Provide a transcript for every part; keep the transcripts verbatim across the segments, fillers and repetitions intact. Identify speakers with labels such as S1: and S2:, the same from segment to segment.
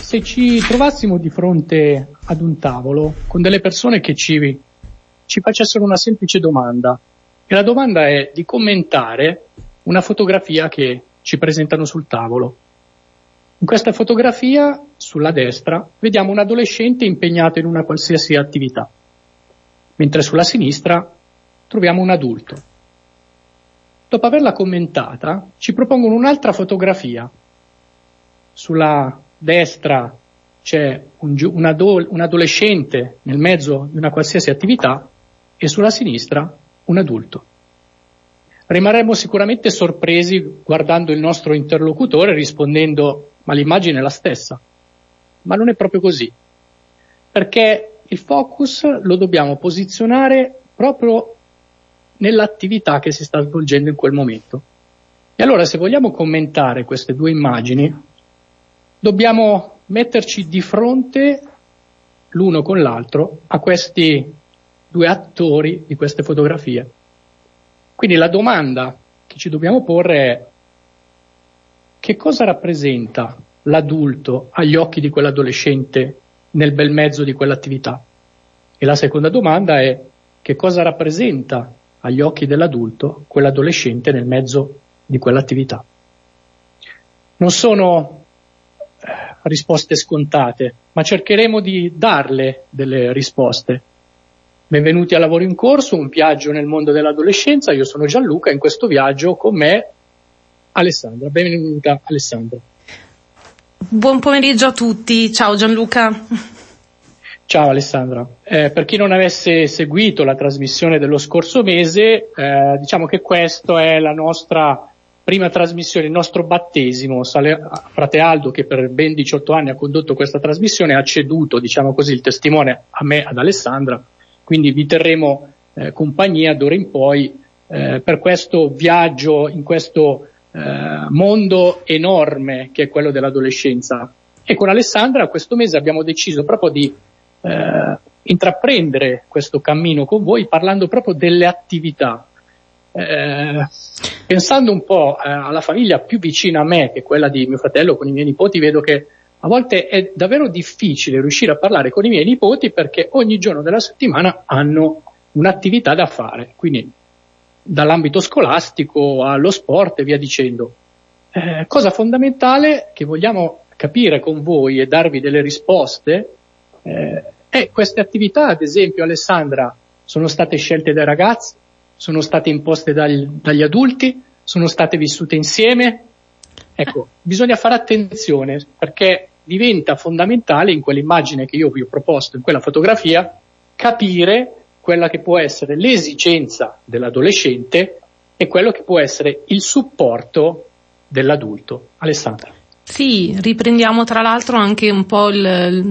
S1: se ci trovassimo di fronte ad un tavolo con delle persone che ci, ci facessero una semplice domanda, e la domanda è di commentare una fotografia che ci presentano sul tavolo. In questa fotografia, sulla destra, vediamo un adolescente impegnato in una qualsiasi attività, mentre sulla sinistra troviamo un adulto. Dopo averla commentata, ci propongono un'altra fotografia. Sulla destra c'è un, un, adol- un adolescente nel mezzo di una qualsiasi attività e sulla sinistra un adulto. Rimarremo sicuramente sorpresi guardando il nostro interlocutore rispondendo: ma l'immagine è la stessa. Ma non è proprio così, perché il focus lo dobbiamo posizionare proprio nell'attività che si sta svolgendo in quel momento. E allora, se vogliamo commentare queste due immagini, dobbiamo metterci di fronte l'uno con l'altro a questi due attori di queste fotografie. Quindi la domanda che ci dobbiamo porre è: che cosa rappresenta l'adulto agli occhi di quell'adolescente nel bel mezzo di quell'attività? E la seconda domanda è: che cosa rappresenta agli occhi dell'adulto quell'adolescente nel mezzo di quell'attività? Non sono eh, risposte scontate, ma cercheremo di darle delle risposte. Benvenuti a Lavoro in Corso, un viaggio nel mondo dell'adolescenza. Io sono Gianluca e in questo viaggio con me Alessandra. Benvenuta Alessandra.
S2: Buon pomeriggio a tutti, ciao Gianluca.
S1: Ciao Alessandra. Eh, per chi non avesse seguito la trasmissione dello scorso mese, eh, diciamo che questa è la nostra prima trasmissione, il nostro battesimo. Sale, frate Aldo, che per ben diciotto anni ha condotto questa trasmissione, ha ceduto, diciamo così, il testimone a me, ad Alessandra, quindi vi terremo eh, compagnia d'ora in poi eh, per questo viaggio in questo eh, mondo enorme che è quello dell'adolescenza. E con Alessandra questo mese abbiamo deciso proprio di Eh, intraprendere questo cammino con voi parlando proprio delle attività, eh, pensando un po' eh, alla famiglia più vicina a me, che è quella di mio fratello con i miei nipoti. Vedo che a volte è davvero difficile riuscire a parlare con i miei nipoti perché ogni giorno della settimana hanno un'attività da fare, quindi dall'ambito scolastico allo sport e via dicendo. Eh, cosa fondamentale che vogliamo capire con voi e darvi delle risposte eh, e queste attività, ad esempio, Alessandra, sono state scelte dai ragazzi, sono state imposte dagli, dagli adulti, sono state vissute insieme? Ecco, bisogna fare attenzione perché diventa fondamentale in quell'immagine che io vi ho proposto, in quella fotografia, capire quella che può essere l'esigenza dell'adolescente e quello che può essere il supporto dell'adulto. Alessandra.
S2: Sì, riprendiamo tra l'altro anche un po' il,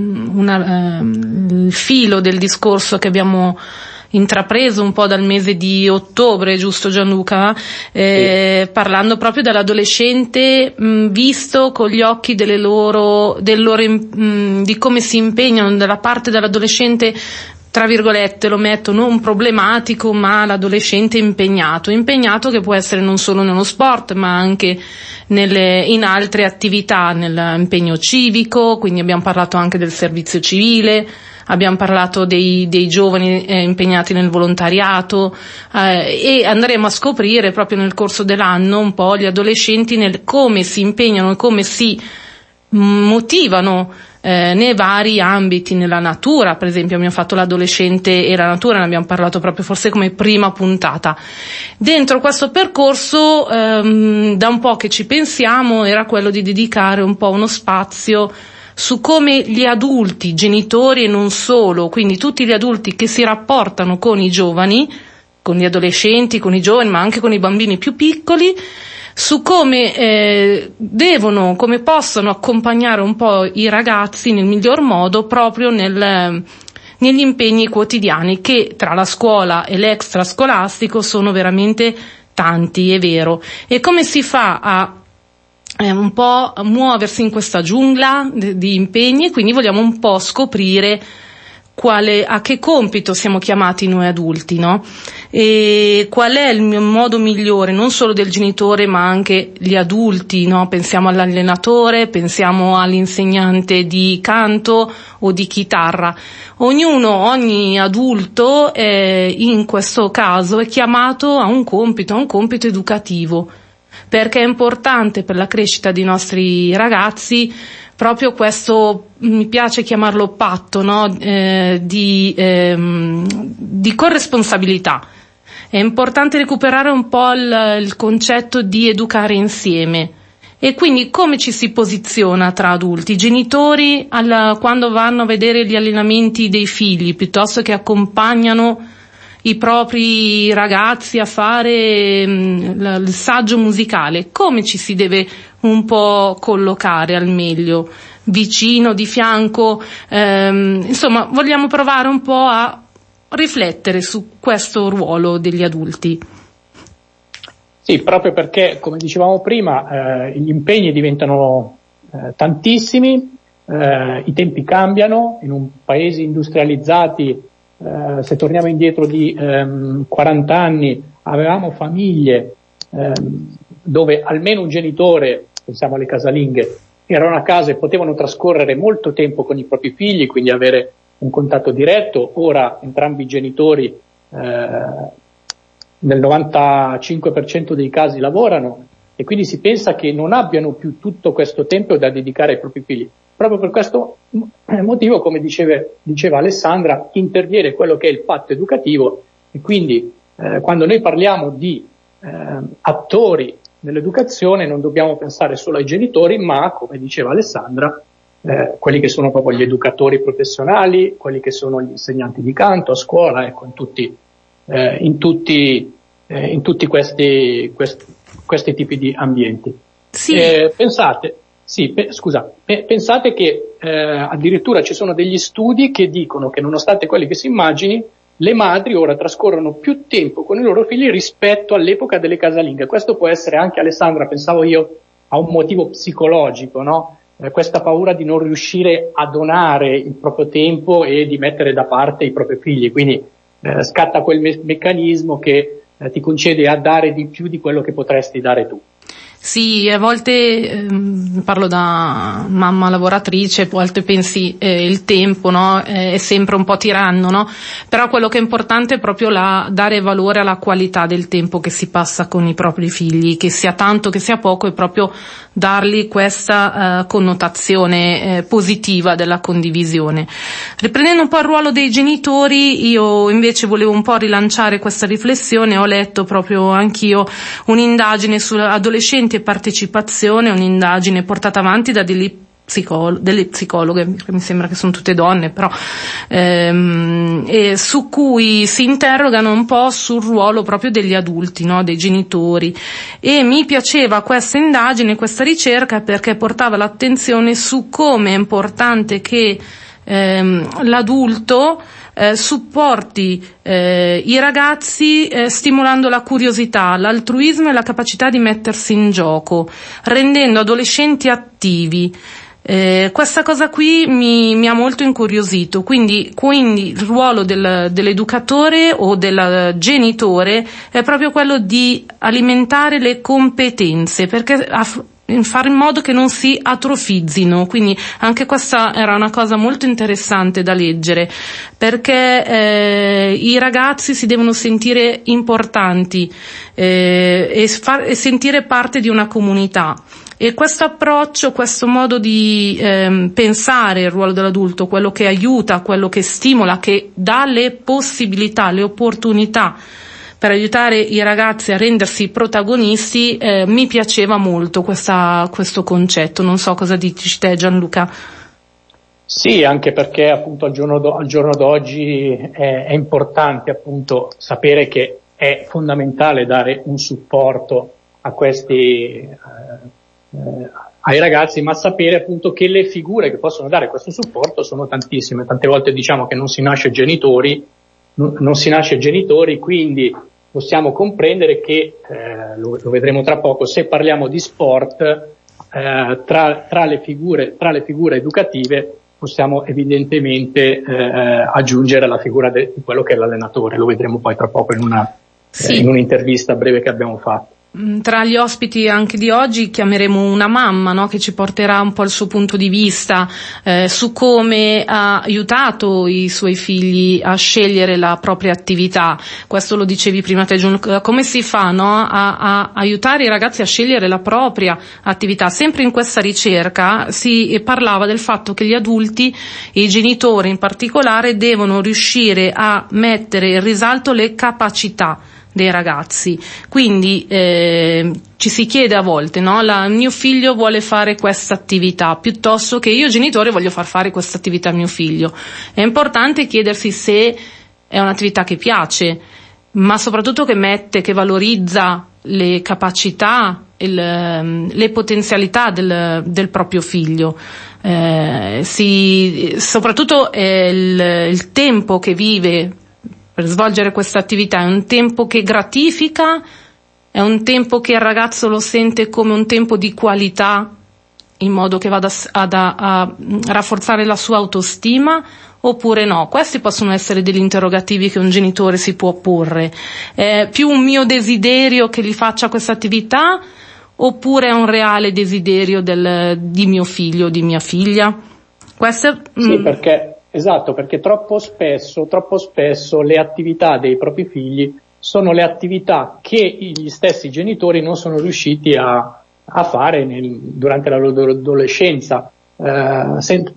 S2: una, uh, il filo del discorso che abbiamo intrapreso un po' dal mese di ottobre, giusto Gianluca? Eh, sì. Parlando proprio dell'adolescente mh, visto con gli occhi delle loro, del loro mh, di come si impegnano, della parte dell'adolescente, tra virgolette lo metto, non problematico, ma l'adolescente impegnato, impegnato che può essere non solo nello sport, ma anche nelle, in altre attività, nell'impegno civico, quindi abbiamo parlato anche del servizio civile, abbiamo parlato dei, dei giovani eh, impegnati nel volontariato eh, e andremo a scoprire proprio nel corso dell'anno un po' gli adolescenti nel come si impegnano e come si motivano eh, nei vari ambiti, nella natura, per esempio abbiamo fatto l'adolescente e la natura, ne abbiamo parlato proprio forse come prima puntata. Dentro questo percorso ehm, da un po' che ci pensiamo era quello di dedicare un po' uno spazio su come gli adulti, genitori e non solo, quindi tutti gli adulti che si rapportano con i giovani, con gli adolescenti, con i giovani, ma anche con i bambini più piccoli, su come eh, devono, come possono accompagnare un po' i ragazzi nel miglior modo proprio nel, negli impegni quotidiani che tra la scuola e l'extrascolastico sono veramente tanti, è vero. E come si fa a eh, un po' muoversi in questa giungla di impegni, quindi vogliamo un po' scoprire quale, a che compito siamo chiamati noi adulti, no? E qual è il modo migliore, non solo del genitore ma anche gli adulti, no? Pensiamo all'allenatore, pensiamo all'insegnante di canto o di chitarra. Ognuno, ogni adulto è, in questo caso è chiamato a un compito, a un compito educativo, perché è importante per la crescita dei nostri ragazzi proprio questo, mi piace chiamarlo patto, no? eh, di, ehm, di corresponsabilità. È importante recuperare un po' il, il concetto di educare insieme. E quindi come ci si posiziona tra adulti? I genitori alla, quando vanno a vedere gli allenamenti dei figli, piuttosto che accompagnano i propri ragazzi a fare mh, il saggio musicale, come ci si deve un po' collocare al meglio? Vicino, di fianco? Ehm, insomma, vogliamo provare un po' a riflettere su questo ruolo degli adulti.
S1: Sì, proprio perché, come dicevamo prima, eh, gli impegni diventano eh, tantissimi, eh, i tempi cambiano, in un paesi industrializzati, eh, se torniamo indietro di ehm, quaranta anni, avevamo famiglie ehm, dove almeno un genitore, pensiamo alle casalinghe, erano a casa e potevano trascorrere molto tempo con i propri figli, quindi avere un contatto diretto. Ora entrambi i genitori eh, nel novantacinque per cento dei casi lavorano e quindi si pensa che non abbiano più tutto questo tempo da dedicare ai propri figli. Proprio per questo motivo, come diceva, diceva Alessandra, interviene quello che è il patto educativo e quindi eh, quando noi parliamo di eh, attori nell'educazione non dobbiamo pensare solo ai genitori, ma, come diceva Alessandra, eh, quelli che sono proprio gli educatori professionali, quelli che sono gli insegnanti di canto a scuola, ecco, in tutti Eh, in tutti eh, in tutti questi, questi questi tipi di ambienti.
S2: Sì.
S1: Eh, pensate, sì, pe- scusa, pe- pensate che eh, addirittura ci sono degli studi che dicono che nonostante quelli che si immagini, le madri ora trascorrono più tempo con i loro figli rispetto all'epoca delle casalinghe. Questo può essere anche, Alessandra, pensavo io, a un motivo psicologico, no? Eh, questa paura di non riuscire a donare il proprio tempo e di mettere da parte i propri figli, quindi Eh, scatta quel me- meccanismo che eh, ti concede a dare di più di quello che potresti dare tu.
S2: Sì, a volte ehm, parlo da mamma lavoratrice, a volte pensi eh, il tempo, no? Eh, è sempre un po' tiranno, no? Però quello che è importante è proprio la, dare valore alla qualità del tempo che si passa con i propri figli, che sia tanto che sia poco, e proprio dargli questa eh, connotazione eh, positiva della condivisione. Riprendendo un po' il ruolo dei genitori, io invece volevo un po' rilanciare questa riflessione. Ho letto proprio anch'io un'indagine su adolescenti e partecipazione, un'indagine portata avanti da degli psicolo- delle psicologhe, mi sembra che sono tutte donne, però ehm, e su cui si interrogano un po' sul ruolo proprio degli adulti, no? Dei genitori, e mi piaceva questa indagine, questa ricerca, perché portava l'attenzione su come è importante che ehm, l'adulto Eh, supporti eh, i ragazzi eh, stimolando la curiosità, l'altruismo e la capacità di mettersi in gioco, rendendo adolescenti attivi. Eh, questa cosa qui mi, mi ha molto incuriosito, quindi, quindi il ruolo del, dell'educatore o del genitore è proprio quello di alimentare le competenze, perché aff- fare in modo che non si atrofizzino. Quindi anche questa era una cosa molto interessante da leggere, perché eh, i ragazzi si devono sentire importanti eh, e, far, e sentire parte di una comunità. E questo approccio, questo modo di ehm, pensare il ruolo dell'adulto, quello che aiuta, quello che stimola, che dà le possibilità, le opportunità per aiutare i ragazzi a rendersi protagonisti, eh, mi piaceva molto questa, questo concetto. Non so cosa dici te, Gianluca.
S1: Sì, anche perché appunto al giorno, do, al giorno d'oggi è, è importante appunto sapere che è fondamentale dare un supporto a questi eh, eh, ai ragazzi, ma sapere appunto che le figure che possono dare questo supporto sono tantissime. Tante volte diciamo che non si nasce genitori, non, non si nasce genitori, quindi possiamo comprendere che, eh, lo, lo vedremo tra poco, se parliamo di sport, eh, tra, tra le figure, tra le figure educative possiamo evidentemente eh, aggiungere la figura de- di quello che è l'allenatore, lo vedremo poi tra poco in, una,
S2: sì.
S1: eh, in un'intervista breve che abbiamo fatto.
S2: Tra gli ospiti anche di oggi chiameremo una mamma, no, che ci porterà un po' il suo punto di vista eh, su come ha aiutato i suoi figli a scegliere la propria attività. Questo lo dicevi prima te, Gianluca, come si fa, no, a, a aiutare i ragazzi a scegliere la propria attività. Sempre in questa ricerca si parlava del fatto che gli adulti e i genitori in particolare devono riuscire a mettere in risalto le capacità dei ragazzi, quindi eh, ci si chiede a volte, no? La, mio figlio vuole fare questa attività, piuttosto che io genitore voglio far fare questa attività a mio figlio. È importante chiedersi se è un'attività che piace, ma soprattutto che mette, che valorizza le capacità, il, le potenzialità del, del proprio figlio. Eh, si, soprattutto eh, il, il tempo che vive per svolgere questa attività è un tempo che gratifica, è un tempo che il ragazzo lo sente come un tempo di qualità, in modo che vada ad, a, a rafforzare la sua autostima, oppure no? Questi possono essere degli interrogativi che un genitore si può porre. È più un mio desiderio che gli faccia questa attività, oppure è un reale desiderio del, di mio figlio o di mia figlia? Questo,
S1: sì,
S2: mm,
S1: perché esatto, perché troppo spesso, troppo spesso le attività dei propri figli sono le attività che gli stessi genitori non sono riusciti a, a fare nel, durante la loro adolescenza, eh, sen-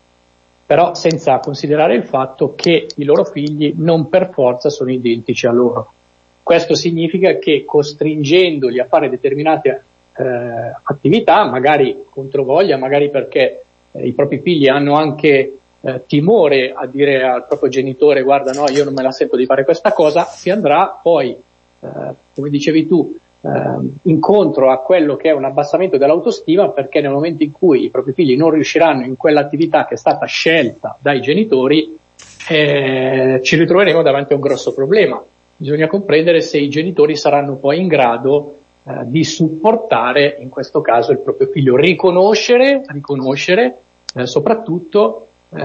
S1: però senza considerare il fatto che i loro figli non per forza sono identici a loro. Questo significa che costringendoli a fare determinate eh, attività, magari controvoglia, magari perché eh, i propri figli hanno anche Eh, timore a dire al proprio genitore guarda no, io non me la sento di fare questa cosa, si andrà poi, eh, come dicevi tu, eh, incontro a quello che è un abbassamento dell'autostima, perché nel momento in cui i propri figli non riusciranno in quell'attività che è stata scelta dai genitori, eh, ci ritroveremo davanti a un grosso problema. Bisogna comprendere se i genitori saranno poi in grado eh, di supportare in questo caso il proprio figlio, riconoscere, riconoscere eh, soprattutto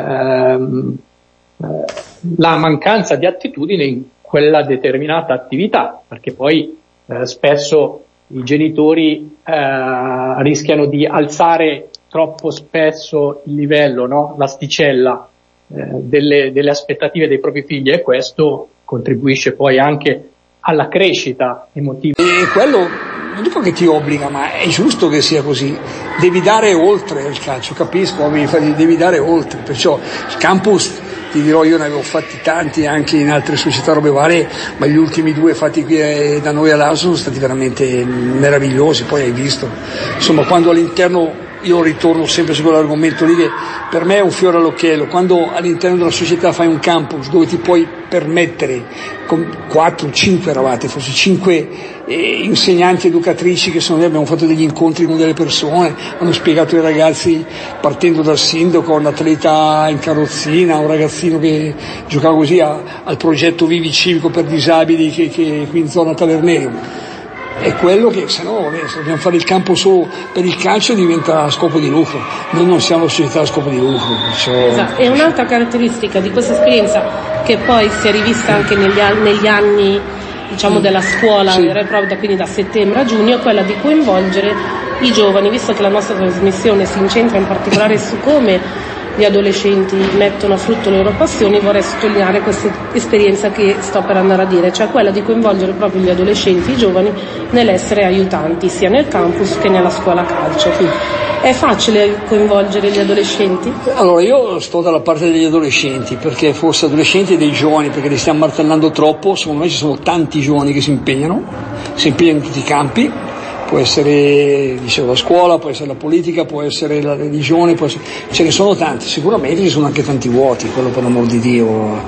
S1: Ehm, eh, la mancanza di attitudine in quella determinata attività, perché poi eh, spesso i genitori eh, rischiano di alzare troppo spesso il livello, no? L'asticella eh, delle, delle aspettative dei propri figli, e questo contribuisce poi anche alla crescita emotiva.
S3: E quello non dico che ti obbliga, ma è giusto che sia così. Devi dare oltre al calcio, capisco, devi dare oltre. Perciò il campus, ti dirò, io ne avevo fatti tanti anche in altre società robe varie, ma gli ultimi due fatti qui da noi a Laso sono stati veramente meravigliosi. Poi hai visto, insomma, quando all'interno, io ritorno sempre su quell'argomento lì che per me è un fiore all'occhiello, quando all'interno della società fai un campus dove ti puoi permettere, con quattro, cinque eravate, forse cinque eh, insegnanti, educatrici, che sono, noi abbiamo fatto degli incontri con delle persone, hanno spiegato ai ragazzi, partendo dal sindaco, un atleta in carrozzina, un ragazzino che giocava così a, al progetto Vivi Civico per disabili che, che qui in zona Tavernero. È quello che, se no, se dobbiamo fare il campo solo per il calcio, diventa a scopo di lucro. Noi non siamo una società a scopo di lucro. Cioè...
S2: Esatto. E un'altra caratteristica di questa esperienza, che poi si è rivista anche negli, negli anni, diciamo, della scuola, sì, vera e propria, quindi da settembre a giugno, è quella di coinvolgere i giovani, visto che la nostra trasmissione si incentra in particolare su come gli adolescenti mettono a frutto le loro passioni. Vorrei sottolineare questa esperienza che sto per andare a dire, cioè quella di coinvolgere proprio gli adolescenti, i giovani, nell'essere aiutanti sia nel campus che nella scuola calcio. Quindi, è facile coinvolgere gli adolescenti?
S3: Allora, io sto dalla parte degli adolescenti, perché forse adolescenti e dei giovani, perché li stiamo martellando troppo. Secondo me ci sono tanti giovani che si impegnano, si impegnano in tutti i campi. Può essere, dicevo, la scuola, può essere la politica, può essere la religione, può essere... ce ne sono tanti, sicuramente ci sono anche tanti vuoti, quello per l'amor di Dio.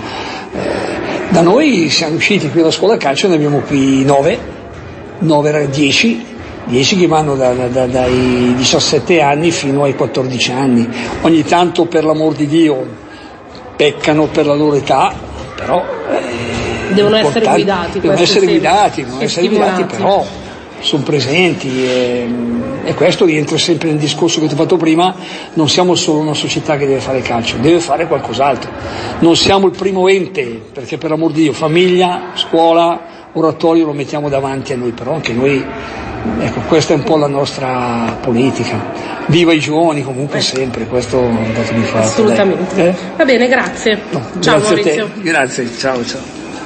S3: Eh, da noi siamo usciti qui alla scuola calcio, ne abbiamo qui nove, nove, dieci, dieci che vanno da, da, dai diciassette anni fino ai quattordici anni. Ogni tanto, per l'amor di Dio, peccano per la loro età, però eh,
S2: devono essere guidati,
S3: devono essere guidati, devono essere guidati, però sono presenti, e, E questo rientra sempre nel discorso che ti ho fatto prima, non siamo solo una società che deve fare calcio, deve fare qualcos'altro. Non siamo il primo ente, perché per l'amor di Dio, famiglia, scuola, oratorio lo mettiamo davanti a noi, però anche noi, ecco, questa è un po' la nostra politica. Viva i giovani comunque sempre, questo è un dato di fatto.
S2: Assolutamente. Eh? Va bene, grazie.
S3: No,
S2: ciao
S3: grazie
S2: Maurizio.
S3: A te. Grazie, ciao ciao.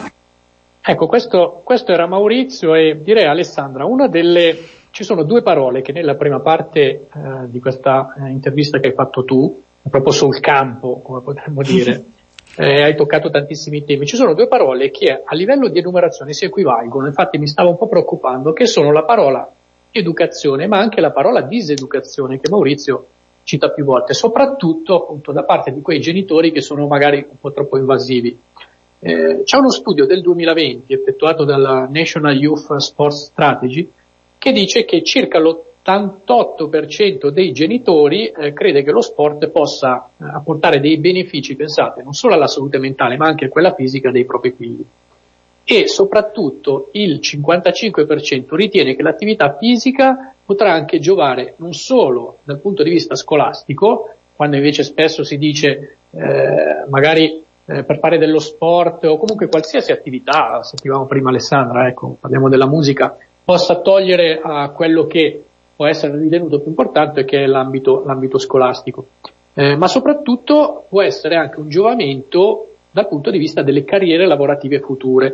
S1: Ecco, questo, questo era Maurizio e direi Alessandra, una delle, ci sono due parole che nella prima parte eh, di questa eh, intervista che hai fatto tu, proprio sul campo, come potremmo dire, eh, hai toccato tantissimi temi. Ci sono due parole che a livello di enumerazione si equivalgono, infatti mi stavo un po' preoccupando, che sono la parola educazione, ma anche la parola diseducazione, che Maurizio cita più volte, soprattutto appunto da parte di quei genitori che sono magari un po' troppo invasivi. Eh, c'è uno studio del duemilaventi effettuato dalla National Youth Sports Strategy che dice che circa l'ottantotto per cento dei genitori eh, crede che lo sport possa eh, apportare dei benefici, pensate, non solo alla salute mentale ma anche a quella fisica dei propri figli. E soprattutto il cinquantacinque per cento ritiene che l'attività fisica potrà anche giovare non solo dal punto di vista scolastico, quando invece spesso si dice eh, magari eh, per fare dello sport o comunque qualsiasi attività, sentivamo prima Alessandra, ecco, parliamo della musica, possa togliere a quello che può essere ritenuto più importante, che è l'ambito, l'ambito scolastico. Eh, ma soprattutto può essere anche un giovamento dal punto di vista delle carriere lavorative future.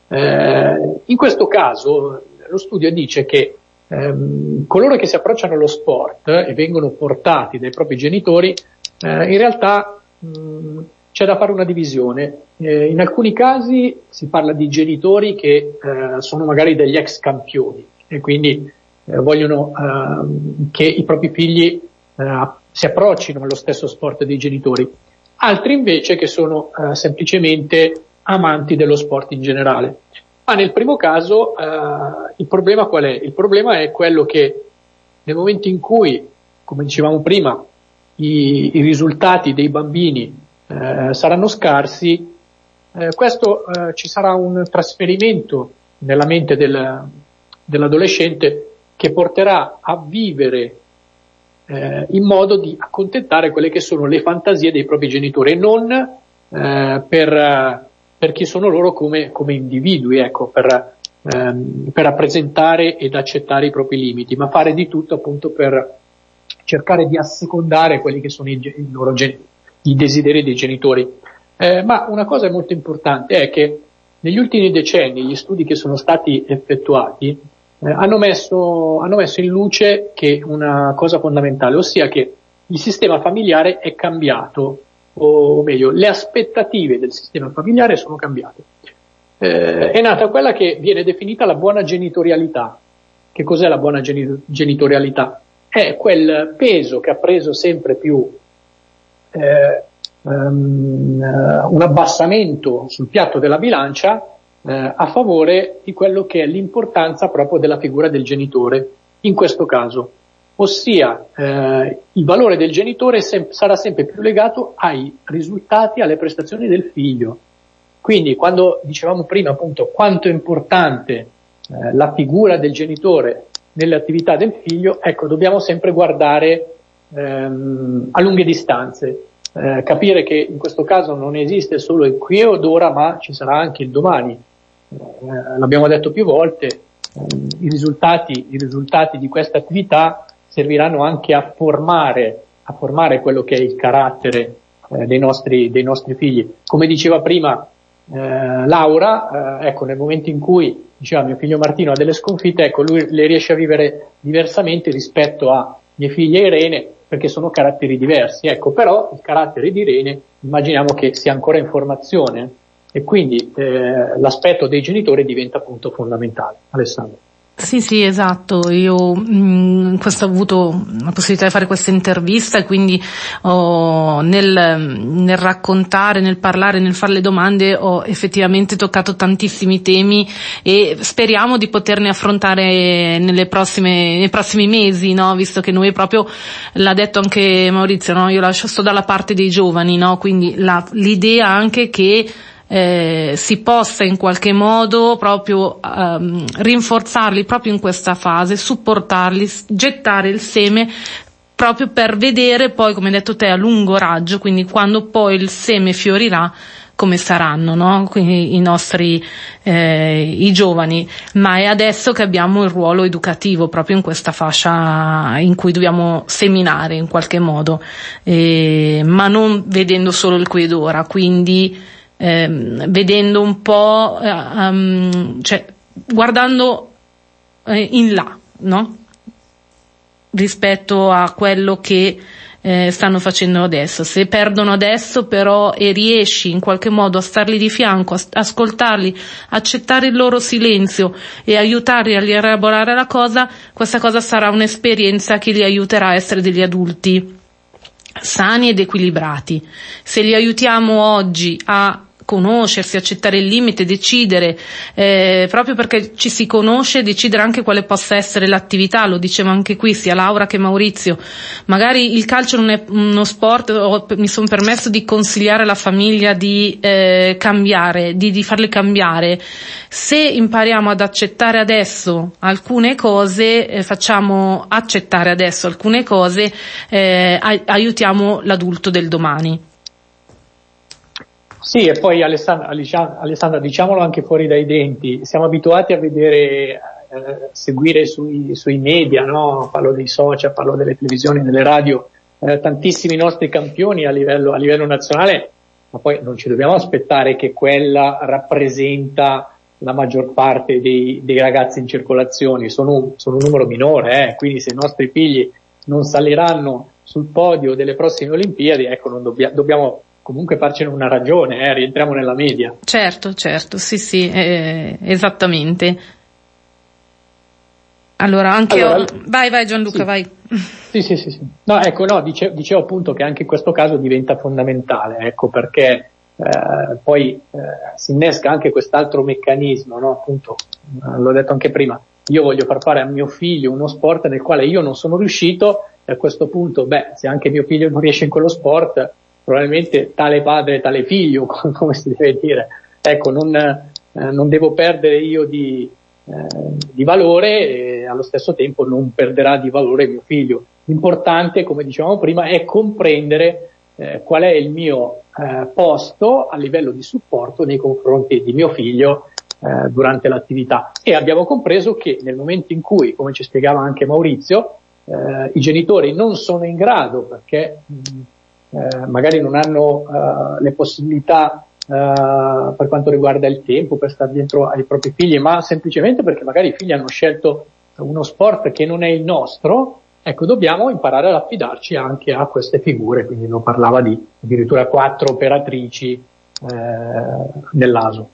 S1: Eh, in questo caso lo studio dice che ehm, coloro che si approcciano allo sport e vengono portati dai propri genitori, eh, in realtà mh, c'è da fare una divisione. Eh, in alcuni casi si parla di genitori che eh, sono magari degli ex campioni e quindi eh, vogliono eh, che i propri figli eh, si approccino allo stesso sport dei genitori. Altri invece che sono eh, semplicemente amanti dello sport in generale. Ma nel primo caso eh, il problema qual è? Il problema è quello che nel momento in cui, come dicevamo prima, i, i risultati dei bambini eh, saranno scarsi, eh, questo eh, ci sarà un trasferimento nella mente del, dell'adolescente che porterà a vivere eh, in modo di accontentare quelle che sono le fantasie dei propri genitori e non eh, per per chi sono loro come, come individui, ecco, per, ehm, per rappresentare ed accettare i propri limiti, ma fare di tutto appunto per cercare di assecondare quelli che sono i, i loro gen- i desideri dei genitori. Eh, ma una cosa molto importante è che negli ultimi decenni gli studi che sono stati effettuati eh, hanno messo, hanno messo in luce che una cosa fondamentale, ossia che il sistema familiare è cambiato, o meglio, le aspettative del sistema familiare sono cambiate. Eh, è nata quella che viene definita la buona genitorialità. Che cos'è la buona geni- genitorialità? È quel peso che ha preso sempre più eh, um, un abbassamento sul piatto della bilancia eh, a favore di quello che è l'importanza proprio della figura del genitore, in questo caso. Ossia, eh, il valore del genitore sem- sarà sempre più legato ai risultati, alle prestazioni del figlio. Quindi, quando dicevamo prima appunto quanto è importante eh, la figura del genitore nelle attività del figlio, ecco, dobbiamo sempre guardare ehm, a lunghe distanze, eh, capire che in questo caso non esiste solo il qui ed ora, ma ci sarà anche il domani. Eh, l'abbiamo detto più volte, eh, i risultati, i risultati di questa attività serviranno anche a formare, a formare quello che è il carattere eh, dei nostri, dei nostri figli. Come diceva prima eh, Laura, eh, ecco, nel momento in cui diceva mio figlio Martino ha delle sconfitte, ecco, lui le riesce a vivere diversamente rispetto a mie figlie Irene, perché sono caratteri diversi. Ecco, però il carattere di Irene immaginiamo che sia ancora in formazione e quindi eh, l'aspetto dei genitori diventa appunto fondamentale. Alessandro.
S2: Sì, sì, esatto. Io mh, questo ho avuto la possibilità di fare questa intervista e quindi ho, nel, nel raccontare, nel parlare, nel fare le domande ho effettivamente toccato tantissimi temi e speriamo di poterne affrontare nelle prossime, nei prossimi mesi, no? Visto che noi proprio, l'ha detto anche Maurizio, no? Io lascio, sto dalla parte dei giovani, no? Quindi la, l'idea anche che eh, si possa in qualche modo proprio ehm, rinforzarli proprio in questa fase, supportarli, gettare il seme proprio per vedere poi, come hai detto te, a lungo raggio, quindi quando poi il seme fiorirà, come saranno, no? Quindi i nostri eh, i giovani, ma è adesso che abbiamo il ruolo educativo proprio in questa fascia in cui dobbiamo seminare in qualche modo, eh, ma non vedendo solo il qui ed ora, quindi eh, vedendo un po', eh, um, cioè guardando eh, in là, no? Rispetto a quello che Eh, stanno facendo adesso. Se perdono adesso però e riesci in qualche modo a starli di fianco, a ascoltarli, accettare il loro silenzio e aiutarli a rielaborare la cosa, questa cosa sarà un'esperienza che li aiuterà a essere degli adulti sani ed equilibrati. Se li aiutiamo oggi a conoscersi, accettare il limite, decidere, eh, proprio perché ci si conosce, decidere anche quale possa essere l'attività, lo dicevo anche qui, sia Laura che Maurizio, magari il calcio non è uno sport, o mi sono permesso di consigliare alla famiglia di eh, cambiare, di, di farle cambiare. Se impariamo ad accettare adesso alcune cose, eh, facciamo accettare adesso alcune cose, eh, ai- aiutiamo l'adulto del domani.
S1: Sì, e poi Alessandra, Alessandra, diciamolo anche fuori dai denti, siamo abituati a vedere, eh, seguire sui, sui media, no? Parlo dei social, parlo delle televisioni, delle radio, eh, tantissimi nostri campioni a livello, a livello nazionale, ma poi non ci dobbiamo aspettare che quella rappresenta la maggior parte dei, dei ragazzi in circolazione, sono, sono un numero minore, eh? Quindi se i nostri figli non saliranno sul podio delle prossime Olimpiadi, ecco, non dobbia, dobbiamo comunque farcene una ragione, eh, rientriamo nella media.
S2: Certo, certo, sì, sì, eh, esattamente. Allora, anche
S1: allora,
S2: io... Vai, vai Gianluca,
S1: sì.
S2: vai.
S1: Sì, sì, sì, sì. No, ecco, no, dice, dicevo appunto che anche in questo caso diventa fondamentale, ecco, perché eh, poi eh, si innesca anche quest'altro meccanismo, no? Appunto, eh, l'ho detto anche prima, io voglio far fare a mio figlio uno sport nel quale io non sono riuscito, e a questo punto, beh, se anche mio figlio non riesce in quello sport, probabilmente tale padre, tale figlio, come si deve dire. Ecco, non, eh, non devo perdere io di, eh, di valore e allo stesso tempo non perderà di valore mio figlio. L'importante, come dicevamo prima, è comprendere eh, qual è il mio eh, posto a livello di supporto nei confronti di mio figlio eh, durante l'attività. E abbiamo compreso che nel momento in cui, come ci spiegava anche Maurizio, eh, i genitori non sono in grado, perché mh, Eh, magari non hanno uh, le possibilità uh, per quanto riguarda il tempo per stare dietro ai propri figli, ma semplicemente perché magari i figli hanno scelto uno sport che non è il nostro, ecco, dobbiamo imparare ad affidarci anche a queste figure, quindi non parlava di addirittura quattro operatrici eh, nell'A S O.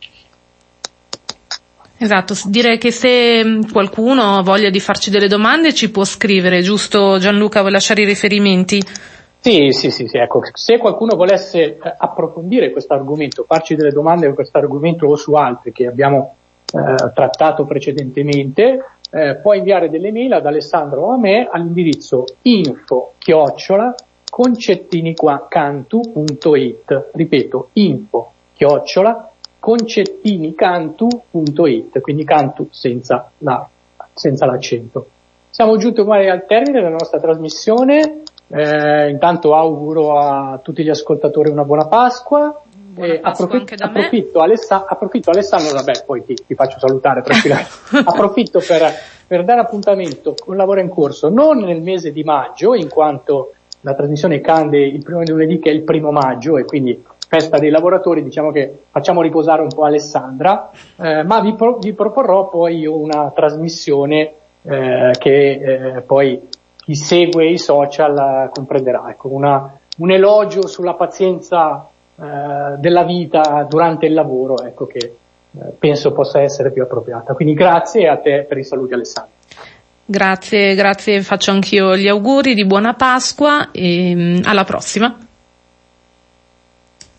S2: Esatto, direi che se qualcuno ha voglia di farci delle domande ci può scrivere, giusto Gianluca, vuoi lasciare i riferimenti?
S1: Sì, sì, sì, sì, ecco, se qualcuno volesse eh, approfondire questo argomento, farci delle domande su questo argomento o su altri che abbiamo eh, trattato precedentemente, eh, può inviare delle mail ad Alessandro o a me all'indirizzo info chiocciola concettinicantu punto it, ripeto, info chiocciola concettinicantu punto it, quindi cantu senza, la, senza l'accento. Siamo giunti ormai al termine della nostra trasmissione. Eh, intanto auguro a tutti gli ascoltatori una buona Pasqua.
S2: Buona
S1: eh,
S2: Pasqua
S1: approfitt-
S2: anche da me.
S1: approfitto, Alessa- approfitto Alessandro, vabbè, poi ti, ti faccio salutare tranquillamente. approfitto per, per dare appuntamento con Lavoro in Corso non nel mese di maggio, in quanto la trasmissione cade il primo lunedì, che è il primo maggio, e quindi festa dei lavoratori, diciamo che facciamo riposare un po' Alessandra, eh, ma vi, pro- vi proporrò poi io una trasmissione eh, che eh, poi chi segue i social comprenderà, ecco, una, un elogio sulla pazienza eh, della vita durante il lavoro, ecco, che eh, penso possa essere più appropriata. Quindi grazie a te per i saluti, Alessandro.
S2: Grazie, grazie, faccio anch'io gli auguri di buona Pasqua e alla prossima.